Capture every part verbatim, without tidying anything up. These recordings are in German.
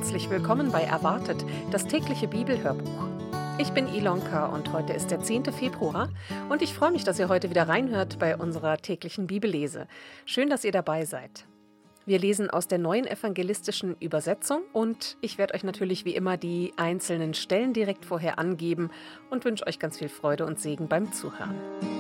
Herzlich willkommen bei Erwartet, das tägliche Bibelhörbuch. Ich bin Ilonka und heute ist der zehnte Februar und ich freue mich, dass ihr heute wieder reinhört bei unserer täglichen Bibellese. Schön, dass ihr dabei seid. Wir lesen aus der neuen evangelistischen Übersetzung und ich werde euch natürlich wie immer die einzelnen Stellen direkt vorher angeben und wünsche euch ganz viel Freude und Segen beim Zuhören.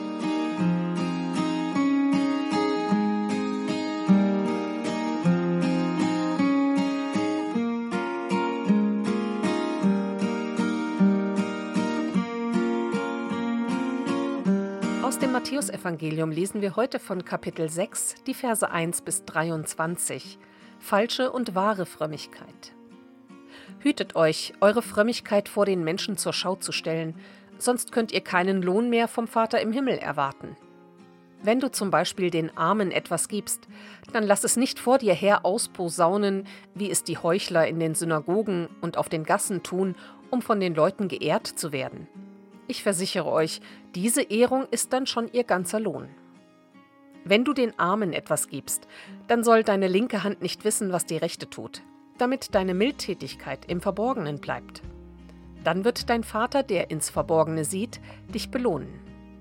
Aus dem Matthäusevangelium lesen wir heute von Kapitel sechs, die Verse eins bis dreiundzwanzig. Falsche und wahre Frömmigkeit. Hütet euch, eure Frömmigkeit vor den Menschen zur Schau zu stellen, sonst könnt ihr keinen Lohn mehr vom Vater im Himmel erwarten. Wenn du zum Beispiel den Armen etwas gibst, dann lass es nicht vor dir her ausposaunen, wie es die Heuchler in den Synagogen und auf den Gassen tun, um von den Leuten geehrt zu werden. Ich versichere euch, diese Ehrung ist dann schon ihr ganzer Lohn. Wenn du den Armen etwas gibst, dann soll deine linke Hand nicht wissen, was die rechte tut, damit deine Mildtätigkeit im Verborgenen bleibt. Dann wird dein Vater, der ins Verborgene sieht, dich belohnen.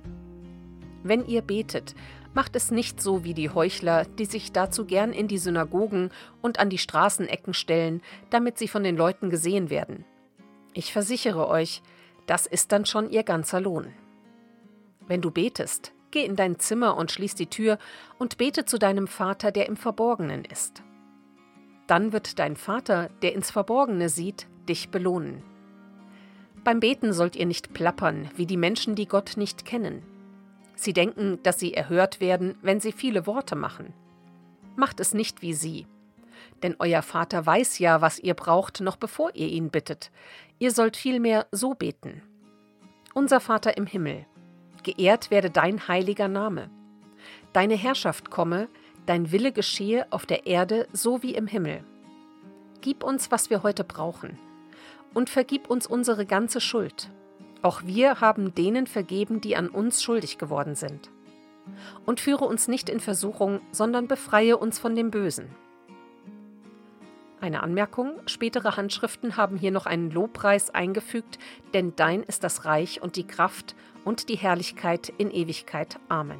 Wenn ihr betet, macht es nicht so wie die Heuchler, die sich dazu gern in die Synagogen und an die Straßenecken stellen, damit sie von den Leuten gesehen werden. Ich versichere euch, das ist dann schon ihr ganzer Lohn. Wenn du betest, geh in dein Zimmer und schließ die Tür und bete zu deinem Vater, der im Verborgenen ist. Dann wird dein Vater, der ins Verborgene sieht, dich belohnen. Beim Beten sollt ihr nicht plappern, wie die Menschen, die Gott nicht kennen. Sie denken, dass sie erhört werden, wenn sie viele Worte machen. Macht es nicht wie sie. Denn euer Vater weiß ja, was ihr braucht, noch bevor ihr ihn bittet. Ihr sollt vielmehr so beten. Unser Vater im Himmel, geehrt werde dein heiliger Name. Deine Herrschaft komme, dein Wille geschehe auf der Erde so wie im Himmel. Gib uns, was wir heute brauchen. Und vergib uns unsere ganze Schuld. Auch wir haben denen vergeben, die an uns schuldig geworden sind. Und führe uns nicht in Versuchung, sondern befreie uns von dem Bösen. Eine Anmerkung, spätere Handschriften haben hier noch einen Lobpreis eingefügt, denn dein ist das Reich und die Kraft und die Herrlichkeit in Ewigkeit. Amen.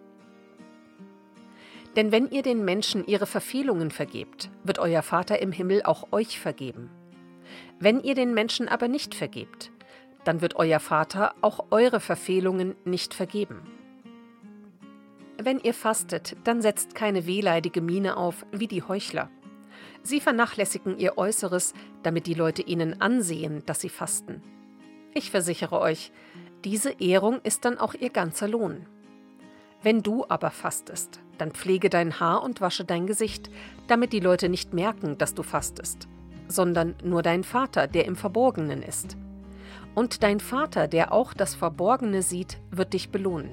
Denn wenn ihr den Menschen ihre Verfehlungen vergebt, wird euer Vater im Himmel auch euch vergeben. Wenn ihr den Menschen aber nicht vergebt, dann wird euer Vater auch eure Verfehlungen nicht vergeben. Wenn ihr fastet, dann setzt keine wehleidige Miene auf wie die Heuchler. Sie vernachlässigen ihr Äußeres, damit die Leute ihnen ansehen, dass sie fasten. Ich versichere euch, diese Ehrung ist dann auch ihr ganzer Lohn. Wenn du aber fastest, dann pflege dein Haar und wasche dein Gesicht, damit die Leute nicht merken, dass du fastest, sondern nur dein Vater, der im Verborgenen ist. Und dein Vater, der auch das Verborgene sieht, wird dich belohnen.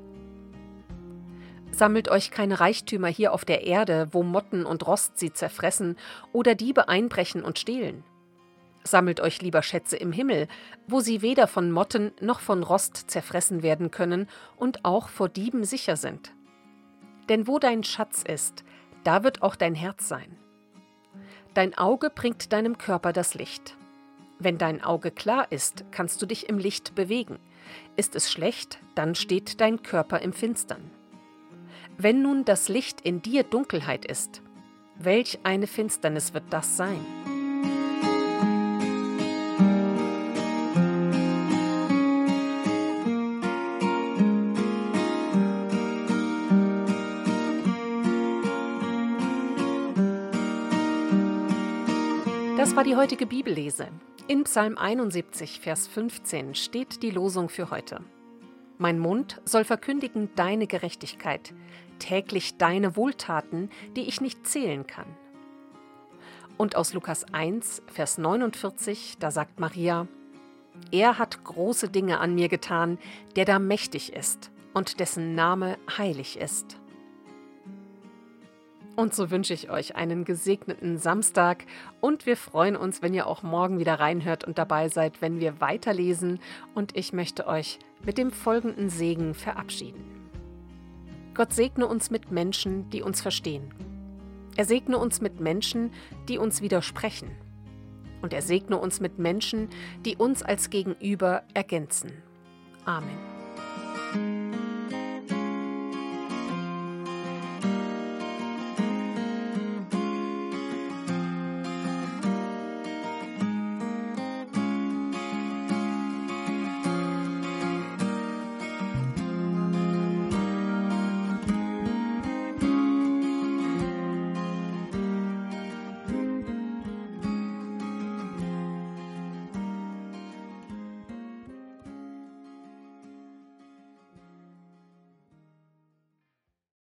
Sammelt euch keine Reichtümer hier auf der Erde, wo Motten und Rost sie zerfressen oder Diebe einbrechen und stehlen. Sammelt euch lieber Schätze im Himmel, wo sie weder von Motten noch von Rost zerfressen werden können und auch vor Dieben sicher sind. Denn wo dein Schatz ist, da wird auch dein Herz sein. Dein Auge bringt deinem Körper das Licht. Wenn dein Auge klar ist, kannst du dich im Licht bewegen. Ist es schlecht, dann steht dein Körper im Finstern. Wenn nun das Licht in dir Dunkelheit ist, welch eine Finsternis wird das sein? Das war die heutige Bibellese. In Psalm einundsiebzig, Vers fünfzehn steht die Losung für heute. Mein Mund soll verkündigen deine Gerechtigkeit, täglich deine Wohltaten, die ich nicht zählen kann. Und aus Lukas eins, Vers neunundvierzig, da sagt Maria, er hat große Dinge an mir getan, der da mächtig ist und dessen Name heilig ist. Und so wünsche ich euch einen gesegneten Samstag und wir freuen uns, wenn ihr auch morgen wieder reinhört und dabei seid, wenn wir weiterlesen. Und ich möchte euch mit dem folgenden Segen verabschieden. Gott segne uns mit Menschen, die uns verstehen. Er segne uns mit Menschen, die uns widersprechen. und er segne uns mit Menschen, die uns als Gegenüber ergänzen. Amen.